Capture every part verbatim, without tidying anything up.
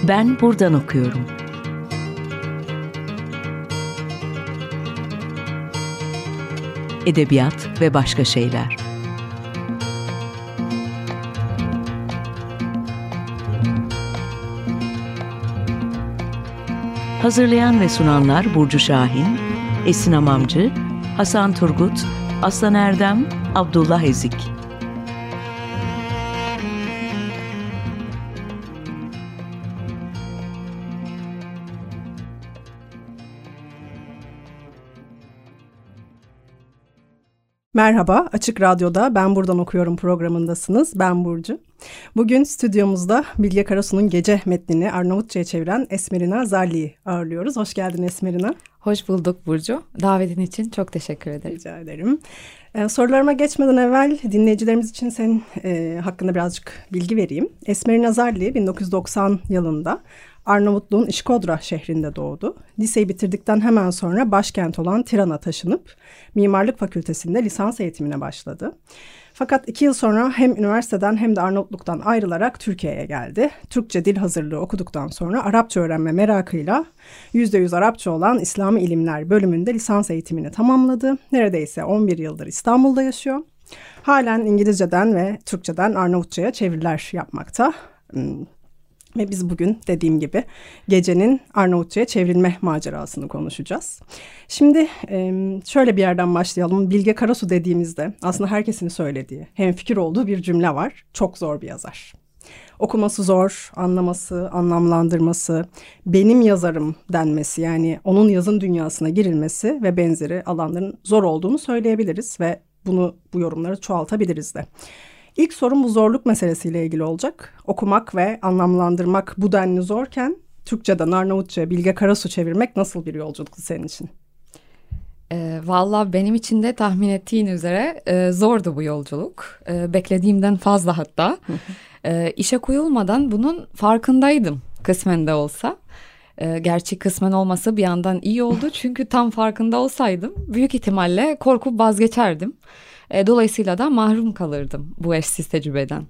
Ben buradan okuyorum. Edebiyat ve başka şeyler. Hazırlayan ve sunanlar Burcu Şahin, Esin Amamcı, Hasan Turgut, Aslan Erdem, Abdullah Ezik. Merhaba, Açık Radyo'da Ben Buradan Okuyorum programındasınız. Ben Burcu. Bugün stüdyomuzda Bilge Karasu'nun Gece metnini Arnavutça'ya çeviren Esmerina Zalli'yi ağırlıyoruz. Hoş geldin Esmerina. Hoş bulduk Burcu. Davetin için çok teşekkür ederim. Rica ederim. Ee, sorularıma geçmeden evvel dinleyicilerimiz için senin e, hakkında birazcık bilgi vereyim. Esmerina Zalli bin dokuz yüz doksan yılında Arnavutluğun İşkodra şehrinde doğdu. Liseyi bitirdikten hemen sonra başkent olan Tiran'a taşınıp Mimarlık Fakültesi'nde lisans eğitimine başladı. Fakat iki yıl sonra hem üniversiteden hem de Arnavutluk'tan ayrılarak Türkiye'ye geldi. Türkçe dil hazırlığı okuduktan sonra Arapça öğrenme merakıyla yüzde yüz Arapça olan İslami İlimler bölümünde lisans eğitimini tamamladı. Neredeyse on bir yıldır İstanbul'da yaşıyor. Halen İngilizceden ve Türkçeden Arnavutça'ya çeviriler yapmakta. Ve biz bugün dediğim gibi Gece'nin Arnavutça'ya çevrilme macerasını konuşacağız. Şimdi şöyle bir yerden başlayalım. Bilge Karasu dediğimizde aslında herkesin söylediği, hemfikir olduğu bir cümle var. Çok zor bir yazar. Okuması zor, anlaması, anlamlandırması, benim yazarım denmesi, yani onun yazın dünyasına girilmesi ve benzeri alanların zor olduğunu söyleyebiliriz ve bunu bu yorumları çoğaltabiliriz de. İlk sorum bu zorluk meselesiyle ilgili olacak. Okumak ve anlamlandırmak bu denli zorken Türkçeden Arnavutça'ya Bilge Karasu çevirmek nasıl bir yolculuktu senin için? E, Valla benim için de tahmin ettiğin üzere e, zordu bu yolculuk. E, beklediğimden fazla hatta. e, işe koyulmadan bunun farkındaydım kısmen de olsa. E, gerçi kısmen olması bir yandan iyi oldu. Çünkü tam farkında olsaydım büyük ihtimalle korkup vazgeçerdim. Dolayısıyla da mahrum kalırdım bu eşsiz tecrübeden.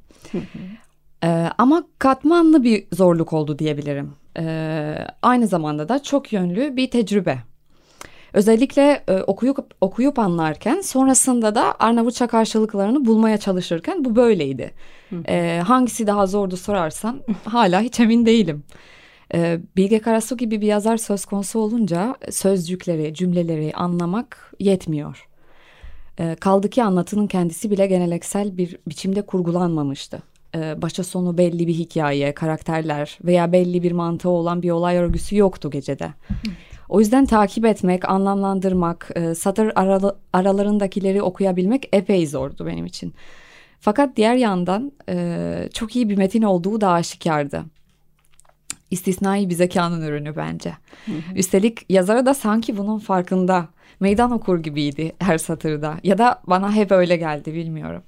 ee, ama katmanlı bir zorluk oldu diyebilirim. Ee, aynı zamanda da çok yönlü bir tecrübe. Özellikle e, okuyup okuyup anlarken, sonrasında da Arnavutça karşılıklarını bulmaya çalışırken bu böyleydi. Ee, hangisi daha zordu sorarsan hala hiç emin değilim. Ee, Bilge Karasu gibi bir yazar söz konusu olunca sözcükleri, cümleleri anlamak yetmiyor. Kaldı ki anlatının kendisi bile geleneksel bir biçimde kurgulanmamıştı. Başa sonu belli bir hikaye, karakterler veya belli bir mantığı olan bir olay örgüsü yoktu Gece'de. O yüzden takip etmek, anlamlandırmak, satır aralı, aralarındakileri okuyabilmek epey zordu benim için. Fakat diğer yandan çok iyi bir metin olduğu da aşikardı. İstisnai bir zekanın ürünü bence. Hı hı. Üstelik yazarı da sanki bunun farkında. Meydan okur gibiydi her satırda. Ya da bana hep öyle geldi, bilmiyorum.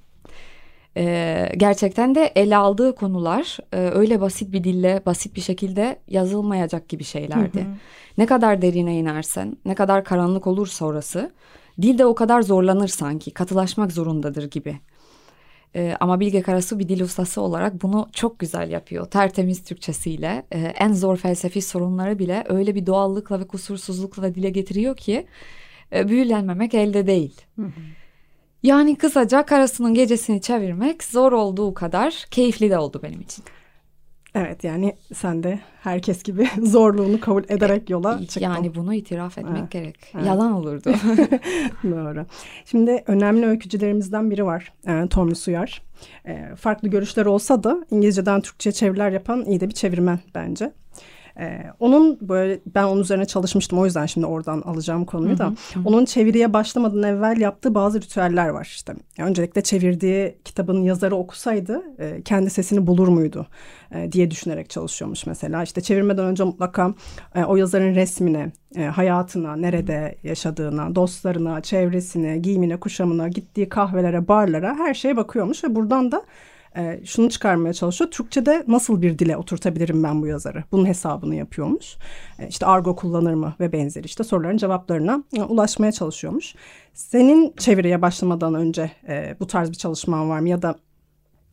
Ee, gerçekten de ele aldığı konular e, öyle basit bir dille, basit bir şekilde yazılmayacak gibi şeylerdi. Hı hı. Ne kadar derine inersen, ne kadar karanlık olursa orası, dilde o kadar zorlanır sanki, katılaşmak zorundadır gibi. Ee, ama Bilge Karasu bir dil ustası olarak bunu çok güzel yapıyor. Tertemiz Türkçesiyle e, en zor felsefi sorunları bile öyle bir doğallıkla ve kusursuzlukla dile getiriyor ki e, büyülenmemek elde değil. Hı hı. Yani kısaca Karasu'nun Gecesini çevirmek zor olduğu kadar keyifli de oldu benim için. Evet, yani sen de herkes gibi zorluğunu kabul ederek yola çıktın. Yani bunu itiraf etmek evet. gerek. Evet. Yalan olurdu. Doğru. Şimdi önemli öykücülerimizden biri var. E, Tomris Uyar. E, farklı görüşler olsa da İngilizceden Türkçe'ye çeviriler yapan iyi de bir çevirmen bence. Ee, onun böyle ben onun üzerine çalışmıştım, o yüzden şimdi oradan alacağım konuyu da. Hı hı, hı. Onun çeviriye başlamadan evvel yaptığı bazı ritüeller var işte. Yani öncelikle çevirdiği kitabın yazarı okusaydı e, kendi sesini bulur muydu e, diye düşünerek çalışıyormuş mesela. İşte çevirmeden önce mutlaka e, o yazarın resmine, e, hayatına, nerede yaşadığına, dostlarına, çevresine, giyimine, kuşamına, gittiği kahvelere, barlara, her şeye bakıyormuş ve buradan da E, şunu çıkarmaya çalışıyor. Türkçe'de nasıl bir dile oturtabilirim ben bu yazarı? Bunun hesabını yapıyormuş. E, işte argo kullanır mı ve benzeri işte soruların cevaplarına e, ulaşmaya çalışıyormuş. Senin çeviriye başlamadan önce e, bu tarz bir çalışman var mı? Ya da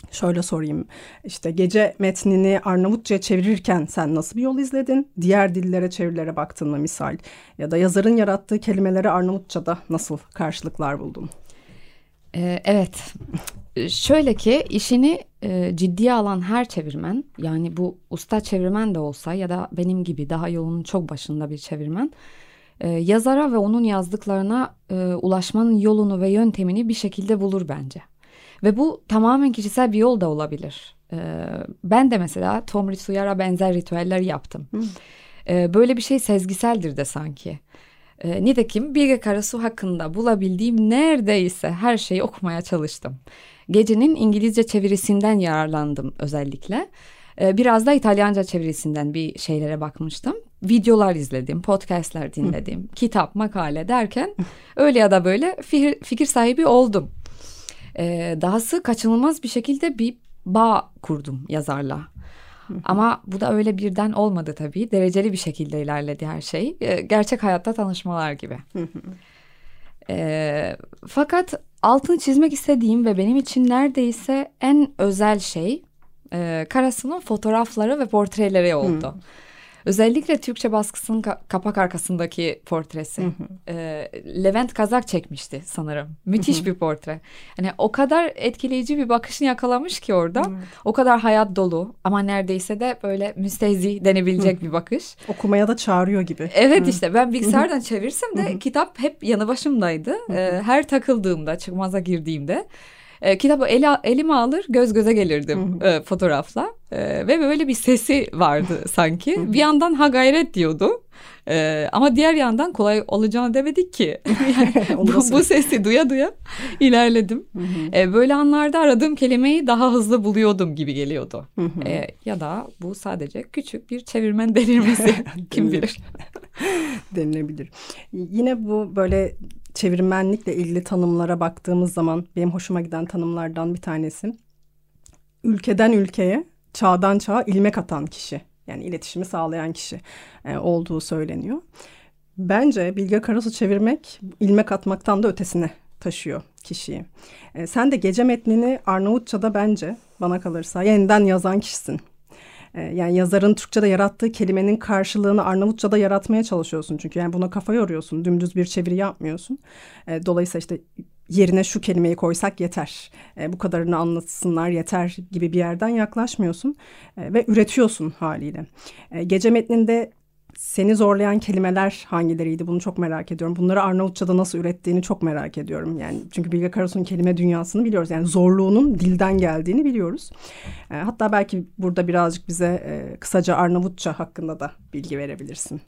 Şöyle sorayım, işte gece metnini Arnavutça'ya çevirirken sen nasıl bir yol izledin? Diğer dillere, çevirilere baktın mı misal? Ya da yazarın yarattığı kelimeleri Arnavutça'da nasıl karşılıklar buldun? Ee, evet, şöyle ki işini e, ciddiye alan her çevirmen, yani bu usta çevirmen de olsa ya da benim gibi daha yolunun çok başında bir çevirmen, e, yazara ve onun yazdıklarına e, ulaşmanın yolunu ve yöntemini bir şekilde bulur bence. Ve bu tamamen kişisel bir yol da olabilir. Ee, ben de mesela Tomris Suyar'a benzer ritüeller yaptım. Hmm. Ee, böyle bir şey sezgiseldir de sanki. Ee, nitekim Bilge Karasu hakkında bulabildiğim neredeyse her şeyi okumaya çalıştım. Gecenin İngilizce çevirisinden yararlandım özellikle. Ee, biraz da İtalyanca çevirisinden bir şeylere bakmıştım. Videolar izledim, podcastler dinledim, hmm. kitap, makale derken öyle ya da böyle fikir, fikir sahibi oldum. Ee, dahası kaçınılmaz bir şekilde bir bağ kurdum yazarla. Hı hı. Ama bu da öyle birden olmadı tabii. Dereceli bir şekilde ilerledi her şey. Ee, gerçek hayatta tanışmalar gibi. Hı hı. Ee, fakat altını çizmek istediğim ve benim için neredeyse en özel şey e, Karasu'nun fotoğrafları ve portreleri oldu. Hı. Özellikle Türkçe baskısının ka- kapak arkasındaki portresi. Hı hı. E, Levent Kazak çekmişti sanırım. Müthiş hı hı. bir portre. Yani o kadar etkileyici bir bakışını yakalamış ki orada. Hı. O kadar hayat dolu ama neredeyse de böyle müstehzi denebilecek hı. bir bakış. Okumaya da çağırıyor gibi. Evet hı. işte ben bilgisayardan çevirsem de hı hı. kitap hep yanı başımdaydı. Hı hı. E, her takıldığımda, çıkmaza girdiğimde E, kitabı ele, elime alır göz göze gelirdim e, fotoğrafla e, ve böyle bir sesi vardı sanki. Bir yandan ha gayret diyordu e, ama diğer yandan kolay olacağını demedik ki. Yani bu, bu sesi duya duya ilerledim. e, böyle anlarda aradığım kelimeyi daha hızlı buluyordum gibi geliyordu. e, ya da bu sadece küçük bir çevirmen delirmesi kim bilir. Denilebilir. Yine bu böyle çevirmenlikle ilgili tanımlara baktığımız zaman benim hoşuma giden tanımlardan bir tanesi ülkeden ülkeye, çağdan çağa ilmek atan kişi. Yani iletişimi sağlayan kişi e, olduğu söyleniyor. Bence Bilge Karasu çevirmek ilmek atmaktan da ötesine taşıyor kişiyi. E, sen de gece metnini Arnavutça'da bence bana kalırsa yeniden yazan kişisin. Yani yazarın Türkçe'de yarattığı kelimenin karşılığını Arnavutça'da yaratmaya çalışıyorsun. Çünkü yani buna kafa yoruyorsun. Dümdüz bir çeviri yapmıyorsun. Dolayısıyla işte yerine şu kelimeyi koysak yeter. Bu kadarını anlatsınlar yeter gibi bir yerden yaklaşmıyorsun. Ve üretiyorsun haliyle. Gece metninde seni zorlayan kelimeler hangileriydi? Bunu çok merak ediyorum. Bunları Arnavutça'da nasıl ürettiğini çok merak ediyorum. Yani çünkü Bilge Karasu'nun kelime dünyasını biliyoruz. Yani zorluğunun dilden geldiğini biliyoruz. E, hatta belki burada birazcık bize e, kısaca Arnavutça hakkında da bilgi verebilirsin.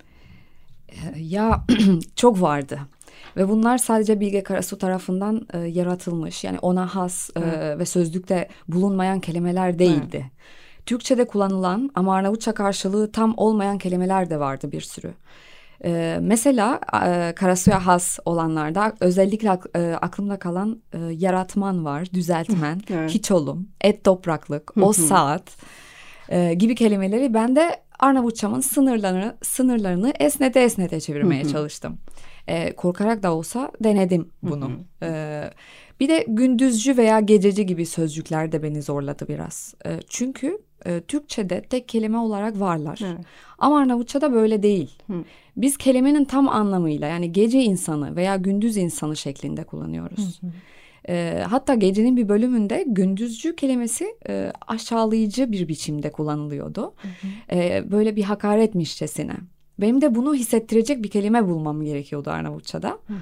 Ya çok vardı. Ve bunlar sadece Bilge Karasu tarafından e, yaratılmış. Yani ona has e, ve sözlükte bulunmayan kelimeler değildi. Evet. Türkçe'de kullanılan ama Arnavutça karşılığı tam olmayan kelimeler de vardı bir sürü. Ee, mesela e, Karasu'ya has olanlarda özellikle e, aklımda kalan e, yaratman var, düzeltmen, evet. hiç olum, et topraklık, o saat e, gibi kelimeleri ben de Arnavutçamın sınırlarını, sınırlarını esnete esnete çevirmeye çalıştım. E, korkarak da olsa denedim bunu. E, bir de gündüzcü veya gececi gibi sözcükler de beni zorladı biraz. E, çünkü e, Türkçe'de tek kelime olarak varlar. Evet. Ama Arnavutça'da böyle değil. Hı. Biz kelimenin tam anlamıyla yani gece insanı veya gündüz insanı şeklinde kullanıyoruz. Hı hı. E, hatta gecenin bir bölümünde gündüzcü kelimesi e, aşağılayıcı bir biçimde kullanılıyordu. Hı hı. E, böyle bir hakaretmişçesine. Benim de bunu hissettirecek bir kelime bulmam gerekiyordu Arnavutça'da. Hı hı.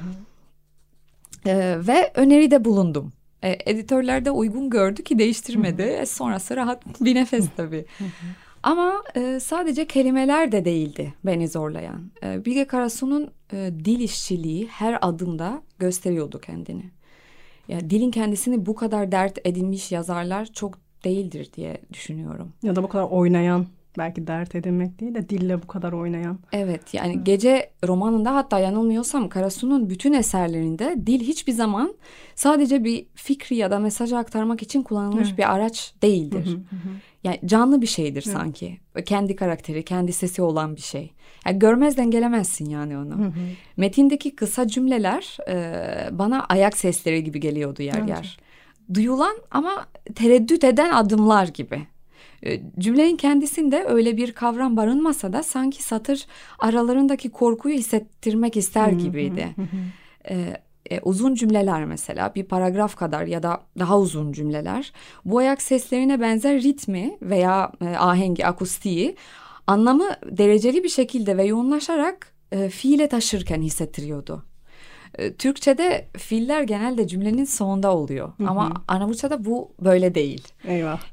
Ee, ve öneride bulundum. Ee, editörler de uygun gördü ki değiştirmedi. Hı hı. E, sonrası rahat bir nefes tabii. Hı hı. Ama e, sadece kelimeler de değildi beni zorlayan. E, Bilge Karasu'nun e, dil işçiliği her adımda gösteriyordu kendini. Yani dilin kendisini bu kadar dert edinmiş yazarlar çok değildir diye düşünüyorum. Ya da bu kadar oynayan. Belki dert edinmek değil de dille bu kadar oynayan. Evet yani Hı. Gece romanında hatta yanılmıyorsam Karasu'nun bütün eserlerinde dil hiçbir zaman sadece bir fikri ya da mesajı aktarmak için kullanılmış evet. bir araç değildir. Hı hı hı. Yani canlı bir şeydir evet. sanki. Kendi karakteri, kendi sesi olan bir şey. Yani görmezden gelemezsin yani onu. Hı hı. Metindeki kısa cümleler e, bana ayak sesleri gibi geliyordu yer evet. yer. duyulan ama tereddüt eden adımlar gibi. Cümlenin kendisinde öyle bir kavram barınmasa da sanki satır aralarındaki korkuyu hissettirmek ister gibiydi. Ee, e, uzun cümleler mesela bir paragraf kadar ya da daha uzun cümleler bu ayak seslerine benzer ritmi veya e, ahengi, akustiği anlamı dereceli bir şekilde ve yoğunlaşarak e, fiile taşırken hissettiriyordu. E, Türkçe'de fiiller genelde cümlenin sonunda oluyor. Hı hı. Ama Arnavutça'da bu böyle değil. Eyvah.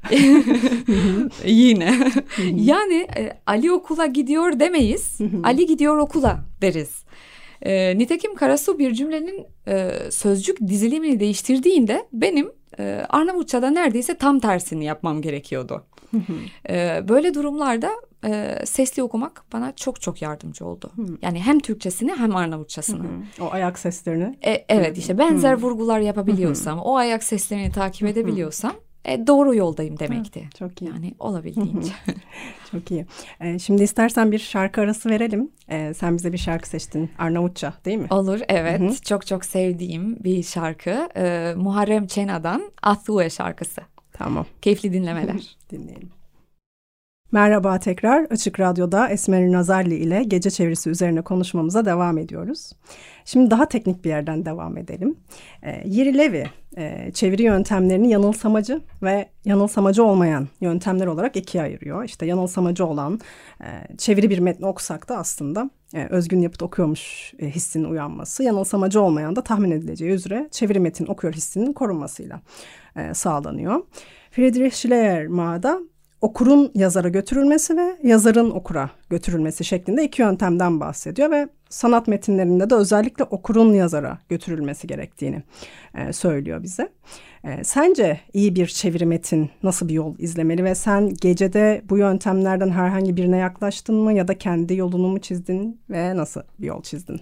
Yine. Yani e, Ali okula gidiyor demeyiz. Ali gidiyor okula deriz. E, nitekim Karasu bir cümlenin e, sözcük dizilimini değiştirdiğinde benim e, Arnavutça'da neredeyse tam tersini yapmam gerekiyordu. e, böyle durumlarda e, sesli okumak bana çok çok yardımcı oldu. Yani hem Türkçesini hem Arnavutçasını. O ayak seslerini. E, evet işte benzer vurgular yapabiliyorsam, o ayak seslerini takip edebiliyorsam E, doğru yoldayım demekti. Ha, çok iyi. Yani olabildiğince. Çok iyi. Ee, şimdi istersen bir şarkı arası verelim. Ee, sen bize bir şarkı seçtin. Arnavutça değil mi? Olur, evet. Hı-hı. Çok çok sevdiğim bir şarkı. Ee, Muharrem Çena'dan Athue şarkısı. Tamam. Keyifli dinlemeler. Dinleyelim. Merhaba tekrar. Açık Radyo'da Esmer Nazarli ile gece çevirisi üzerine konuşmamıza devam ediyoruz. Şimdi daha teknik bir yerden devam edelim. E, Jiri Levi e, çeviri yöntemlerini yanılsamacı ve yanılsamacı olmayan yöntemler olarak ikiye ayırıyor. İşte yanılsamacı olan e, çeviri bir metni okusak da aslında e, özgün yapıt okuyormuş e, hissinin uyanması. Yanılsamacı olmayan da tahmin edileceği üzere çeviri metin okuyor hissinin korunmasıyla e, sağlanıyor. Friedrich Schleiermacher'da okurun yazara götürülmesi ve yazarın okura götürülmesi şeklinde iki yöntemden bahsediyor ve sanat metinlerinde de özellikle okurun yazara götürülmesi gerektiğini e, söylüyor bize. E, sence iyi bir çeviri metin nasıl bir yol izlemeli ve sen gecede bu yöntemlerden herhangi birine yaklaştın mı ya da kendi yolunu mu çizdin ve nasıl bir yol çizdin?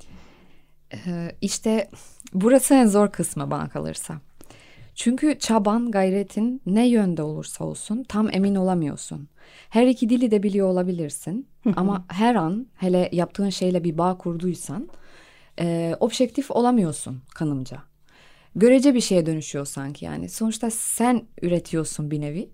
Ee, işte burası en zor kısmı bana kalırsa. Çünkü çaban, gayretin ne yönde olursa olsun tam emin olamıyorsun. Her iki dili de biliyor olabilirsin. Ama her an hele yaptığın şeyle bir bağ kurduysan e, objektif olamıyorsun kanımca. Görece bir şeye dönüşüyor sanki yani. Sonuçta sen üretiyorsun bir nevi.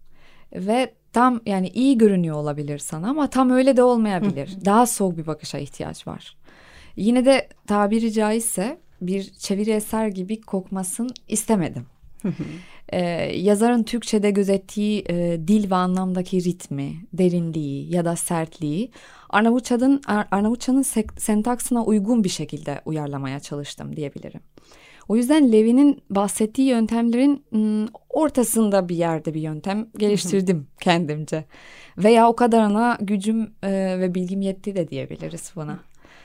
Ve tam yani iyi görünüyor olabilir sana ama tam öyle de olmayabilir. Daha soğuk bir bakışa ihtiyaç var. Yine de tabiri caizse bir çeviri eser gibi kokmasın istemedim. Ee, yazarın Türkçe'de gözettiği e, dil ve anlamdaki ritmi, derinliği ya da sertliği Arnavutça'nın Arnavutça'nın sek, sentaksına uygun bir şekilde uyarlamaya çalıştım diyebilirim. O yüzden Levi'nin bahsettiği yöntemlerin m, ortasında bir yerde bir yöntem geliştirdim kendimce. Veya o kadarına gücüm e, ve bilgim yetti de diyebiliriz buna.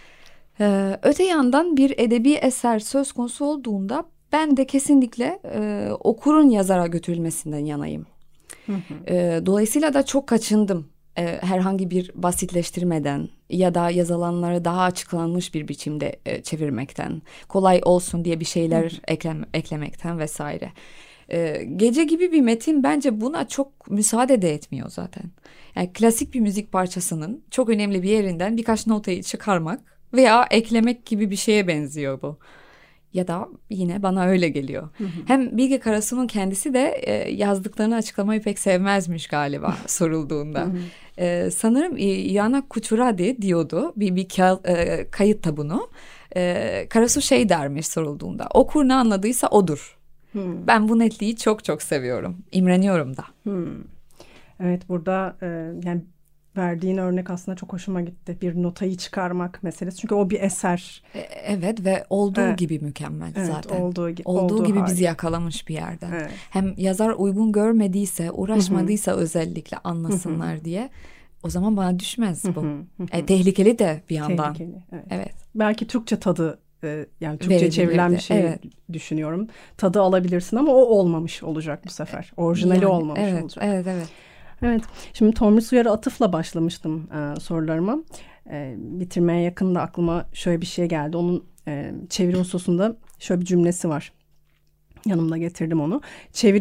Ee, öte yandan bir edebi eser söz konusu olduğunda ben de kesinlikle e, okurun yazara götürülmesinden yanayım. Hı hı. E, dolayısıyla da çok kaçındım e, herhangi bir basitleştirmeden ya da yazılanları daha açıklanmış bir biçimde e, çevirmekten, kolay olsun diye bir şeyler hı hı. Eklem, eklemekten vesaire. E, gece gibi bir metin bence buna çok müsaade de etmiyor zaten. Yani klasik bir müzik parçasının çok önemli bir yerinden birkaç notayı çıkarmak veya eklemek gibi bir şeye benziyor bu. Ya da yine bana öyle geliyor. Hı hı. Hem Bilge Karasu'nun kendisi de e, yazdıklarını açıklamayı pek sevmezmiş galiba sorulduğunda. Hı hı. E, sanırım Ioana Kuchuradi diyordu bir, bir kağıt, e, kayıtta bunu. E, Karasu şey dermiş sorulduğunda. Okur ne anladıysa odur. Hı. Ben bu netliği çok çok seviyorum. İmreniyorum da. Hı. Evet burada e, yani verdiğin örnek aslında çok hoşuma gitti. Bir notayı çıkarmak meselesi. Çünkü o bir eser. E, evet ve olduğu evet. gibi mükemmel evet, zaten. Olduğu, gi- olduğu, olduğu gibi hali. bizi yakalamış bir yerden. Evet. Hem yazar uygun görmediyse, uğraşmadıysa Hı-hı. özellikle anlasınlar Hı-hı. diye. O zaman bana düşmez bu. E, tehlikeli de bir yandan. Tehlikeli, evet. evet. Belki Türkçe tadı e, yani Türkçe çevrilen bir şey evet. düşünüyorum. Tadı alabilirsin ama o olmamış olacak bu sefer. Orijinali yani, olmamış evet, olacak. Evet, evet. Evet, şimdi Tomris Uyar'a atıfla başlamıştım e, sorularıma. E, bitirmeye yakın da aklıma şöyle bir şey geldi. Onun e, çeviri hususunda şöyle bir cümlesi var. Yanımda getirdim onu. Çeviri de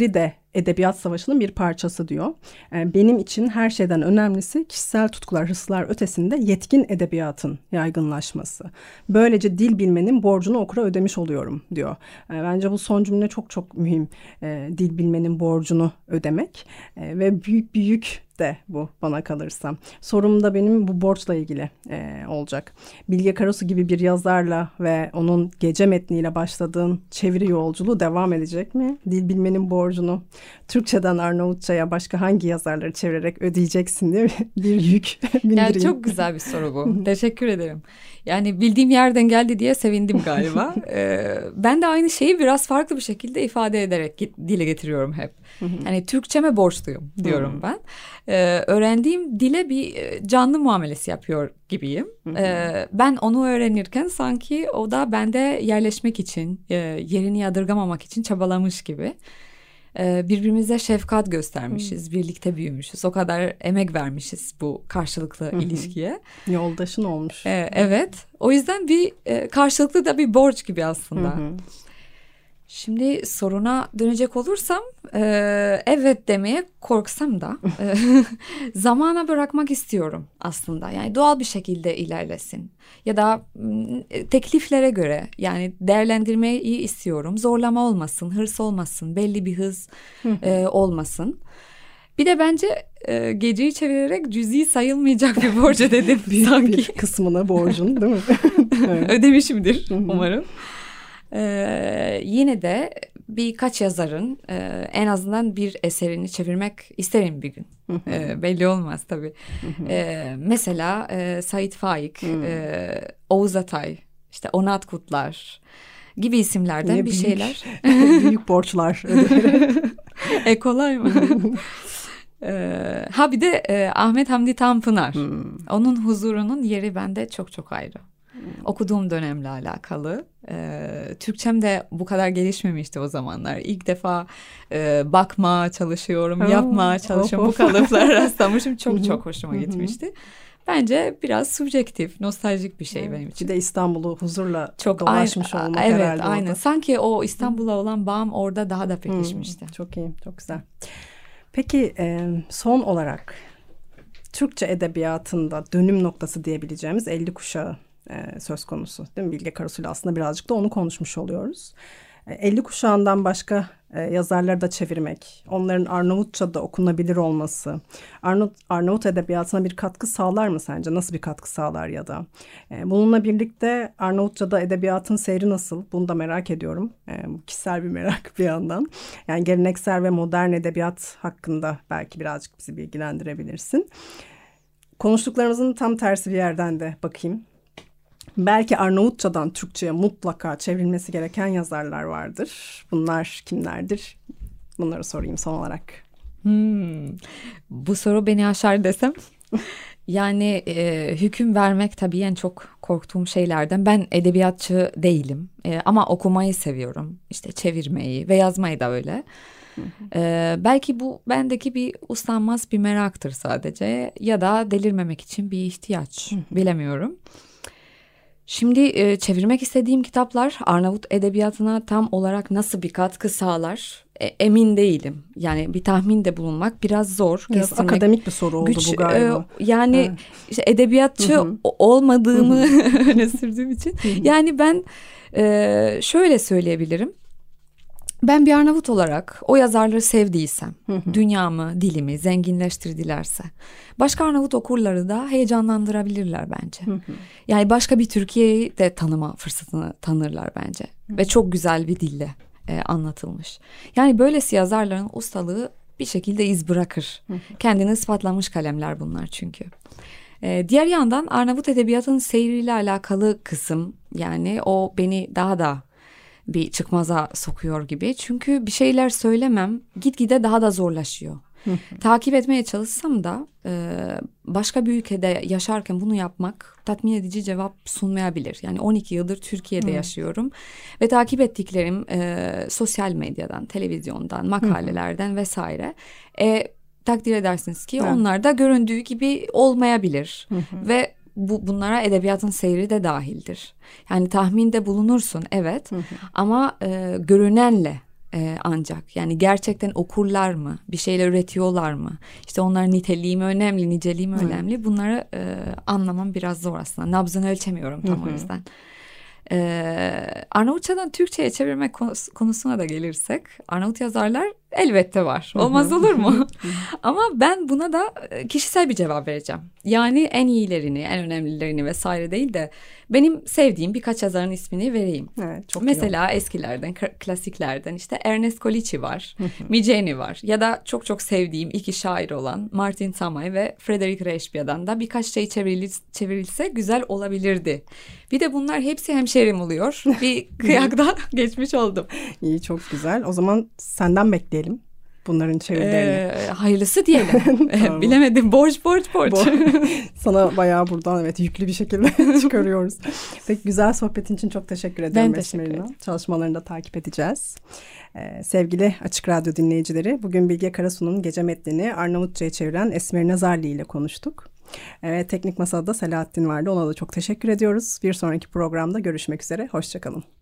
edebiyat savaşının bir parçası diyor. Benim için her şeyden önemlisi kişisel tutkular, hırslar ötesinde yetkin edebiyatın yaygınlaşması. Böylece dil bilmenin borcunu okura ödemiş oluyorum diyor. Bence bu son cümle çok çok mühim. Dil bilmenin borcunu ödemek ve büyük bir yük de bu bana kalırsa. Sorum da benim bu borçla ilgili e, olacak. Bilge Karasu gibi bir yazarla ve onun gece metniyle başladığın çeviri yolculuğu devam edecek mi? Dil bilmenin borcunu Türkçeden Arnavutçaya başka hangi yazarları çevirerek ödeyeceksin diye bir yük bindireyim. Yani çok güzel bir soru bu. Teşekkür ederim. Yani bildiğim yerden geldi diye sevindim galiba. ee, ben de aynı şeyi biraz farklı bir şekilde ifade ederek dile getiriyorum hep. Yani Türkçeme borçluyum diyorum ben. Ee, öğrendiğim dile bir canlı muamelesi yapıyor gibiyim. Ee, ben onu öğrenirken sanki o da bende yerleşmek için, e, yerini yadırgamamak için çabalamış gibi. Ee, birbirimize şefkat göstermişiz, hmm. birlikte büyümüşüz. O kadar emek vermişiz bu karşılıklı hmm. ilişkiye. Yoldaşın olmuş. Ee, evet. O yüzden bir e, karşılıklı da bir borç gibi aslında. Hmm. Şimdi soruna dönecek olursam e, evet demeye korksam da e, zamana bırakmak istiyorum aslında. Yani doğal bir şekilde ilerlesin ya da e, tekliflere göre yani değerlendirmeyi istiyorum. Zorlama olmasın, hırs olmasın, belli bir hız e, olmasın. Bir de bence e, geceyi çevirerek cüzi sayılmayacak bir borç ödedim sanki. Bir kısmına borcun değil mi? Evet. Ödemişimdir umarım. Ee, yine de birkaç yazarın e, en azından bir eserini çevirmek isterim bir gün. ee, belli olmaz tabii. ee, mesela e, Sait Faik, e, Oğuz Atay, işte Onat Kutlar gibi isimlerden ne bir büyük, şeyler. Büyük borçlar. e kolay mı? ee, ha bir de e, Ahmet Hamdi Tanpınar. Hmm. Onun huzurunun yeri bende çok çok ayrı. Okuduğum dönemle alakalı. Ee, Türkçem de bu kadar gelişmemişti o zamanlar. İlk defa e, bakma çalışıyorum, oh, yapma çalışıyorum. Oh, oh. Bu kalıplara rastlamışım. Çok çok hoşuma gitmişti. Bence biraz subjektif, nostaljik bir şey evet, benim için. Bir de İstanbul'u huzurla çok dolaşmış aynen, olmak evet, herhalde. Evet, aynen. Sanki o İstanbul'a olan bağım orada daha da pekişmişti. Hmm, çok iyi, çok güzel. Peki e, son olarak Türkçe edebiyatında dönüm noktası diyebileceğimiz elli kuşağı Ee, söz konusu değil mi? Bilge Karasu'yla aslında birazcık da onu konuşmuş oluyoruz. Ee, elli kuşağından başka e, yazarları da çevirmek, onların Arnavutça'da okunabilir olması, Arnavut, Arnavut edebiyatına bir katkı sağlar mı sence? Nasıl bir katkı sağlar ya da? Ee, bununla birlikte Arnavutça'da edebiyatın seyri nasıl? Bunu da merak ediyorum. Ee, bu kişisel bir merak bir yandan. Yani geleneksel ve modern edebiyat hakkında belki birazcık bizi bilgilendirebilirsin. Konuştuklarımızın tam tersi bir yerden de bakayım. Belki Arnavutçadan Türkçe'ye mutlaka çevrilmesi gereken yazarlar vardır. Bunlar kimlerdir? Bunları sorayım son olarak. Hmm, bu soru beni aşar desem. Yani e, hüküm vermek tabii en çok korktuğum şeylerden. Ben edebiyatçı değilim e, ama okumayı seviyorum. İşte çevirmeyi ve yazmayı da öyle. Hı hı. E, belki bu bendeki bir uslanmaz bir meraktır sadece ya da delirmemek için bir ihtiyaç. Hı hı. Bilemiyorum. Şimdi e, çevirmek istediğim kitaplar Arnavut edebiyatına tam olarak nasıl bir katkı sağlar e, emin değilim. Yani bir tahminde bulunmak biraz zor. Biraz kesinlikle. Akademik bir soru oldu Güç, bu galiba. E, yani evet. işte edebiyatçı Hı-hı. olmadığımı öne sürdüğüm için. Hı-hı. Yani ben e, şöyle söyleyebilirim. Ben bir Arnavut olarak o yazarları sevdiysem, hı hı. dünyamı, dilimi zenginleştirdilerse, başka Arnavut okurları da heyecanlandırabilirler bence. Hı hı. Yani başka bir Türkiye'yi de tanıma fırsatını tanırlar bence. Hı hı. Ve çok güzel bir dille e, anlatılmış. Yani böylesi yazarların ustalığı bir şekilde iz bırakır. Hı hı. Kendini ispatlamış kalemler bunlar çünkü. E, diğer yandan Arnavut edebiyatının seyriyle alakalı kısım, yani o beni daha da bir çıkmaza sokuyor gibi. Çünkü bir şeyler söylemem gitgide daha da zorlaşıyor. Takip etmeye çalışsam da e, başka bir ülkede yaşarken bunu yapmak tatmin edici cevap sunmayabilir. Yani on iki yıldır Türkiye'de Hı. yaşıyorum ve takip ettiklerim e, sosyal medyadan, televizyondan, makalelerden vesaire. E, takdir edersiniz ki Hı. onlar da göründüğü gibi olmayabilir. Hı hı. Ve Bu, bunlara edebiyatın seyri de dahildir. Yani tahminde bulunursun evet, hı hı. ama e, görünenle Ee, ancak yani gerçekten okurlar mı? Bir şeyler üretiyorlar mı? İşte onların niteliği mi önemli, niceliği mi önemli? Bunları e, anlamam biraz zor aslında. Nabzını ölçemiyorum tam o yüzden. Ee, Arnavutçadan Türkçe'ye çevirmek konusuna da gelirsek, Arnavut yazarlar elbette var. Olmaz olur mu? Ama ben buna da kişisel bir cevap vereceğim. Yani en iyilerini, en önemlilerini vesaire değil de benim sevdiğim birkaç yazarın ismini vereyim. Evet, çok Mesela eskilerden, klasiklerden işte Ernest Koliçi var, Mijeni var ya da çok çok sevdiğim iki şair olan Martin Samay ve Frederic Reichbia'dan da birkaç şey çevrilse, çevrilse güzel olabilirdi. Bir de bunlar hepsi hemşerim oluyor. Bir kıyakta geçmiş oldum. İyi, çok güzel. O zaman senden bekleyelim bunların çevirilerini. Ee, hayırlısı diyelim. Tamam. Bilemedim. Borç borç borç. Bo- Sana bayağı buradan evet yüklü bir şekilde çıkarıyoruz. Peki, güzel sohbetin için çok teşekkür ederim. Ben teşekkür ederim. Çalışmalarını da takip edeceğiz. Ee, sevgili Açık Radyo dinleyicileri, bugün Bilge Karasu'nun Gece Metnini Arnavutça'ya çeviren Esmer Nazarlı ile konuştuk. Evet, Teknik Masa'da Selahattin vardı. Ona da çok teşekkür ediyoruz. Bir sonraki programda görüşmek üzere. Hoşça kalın.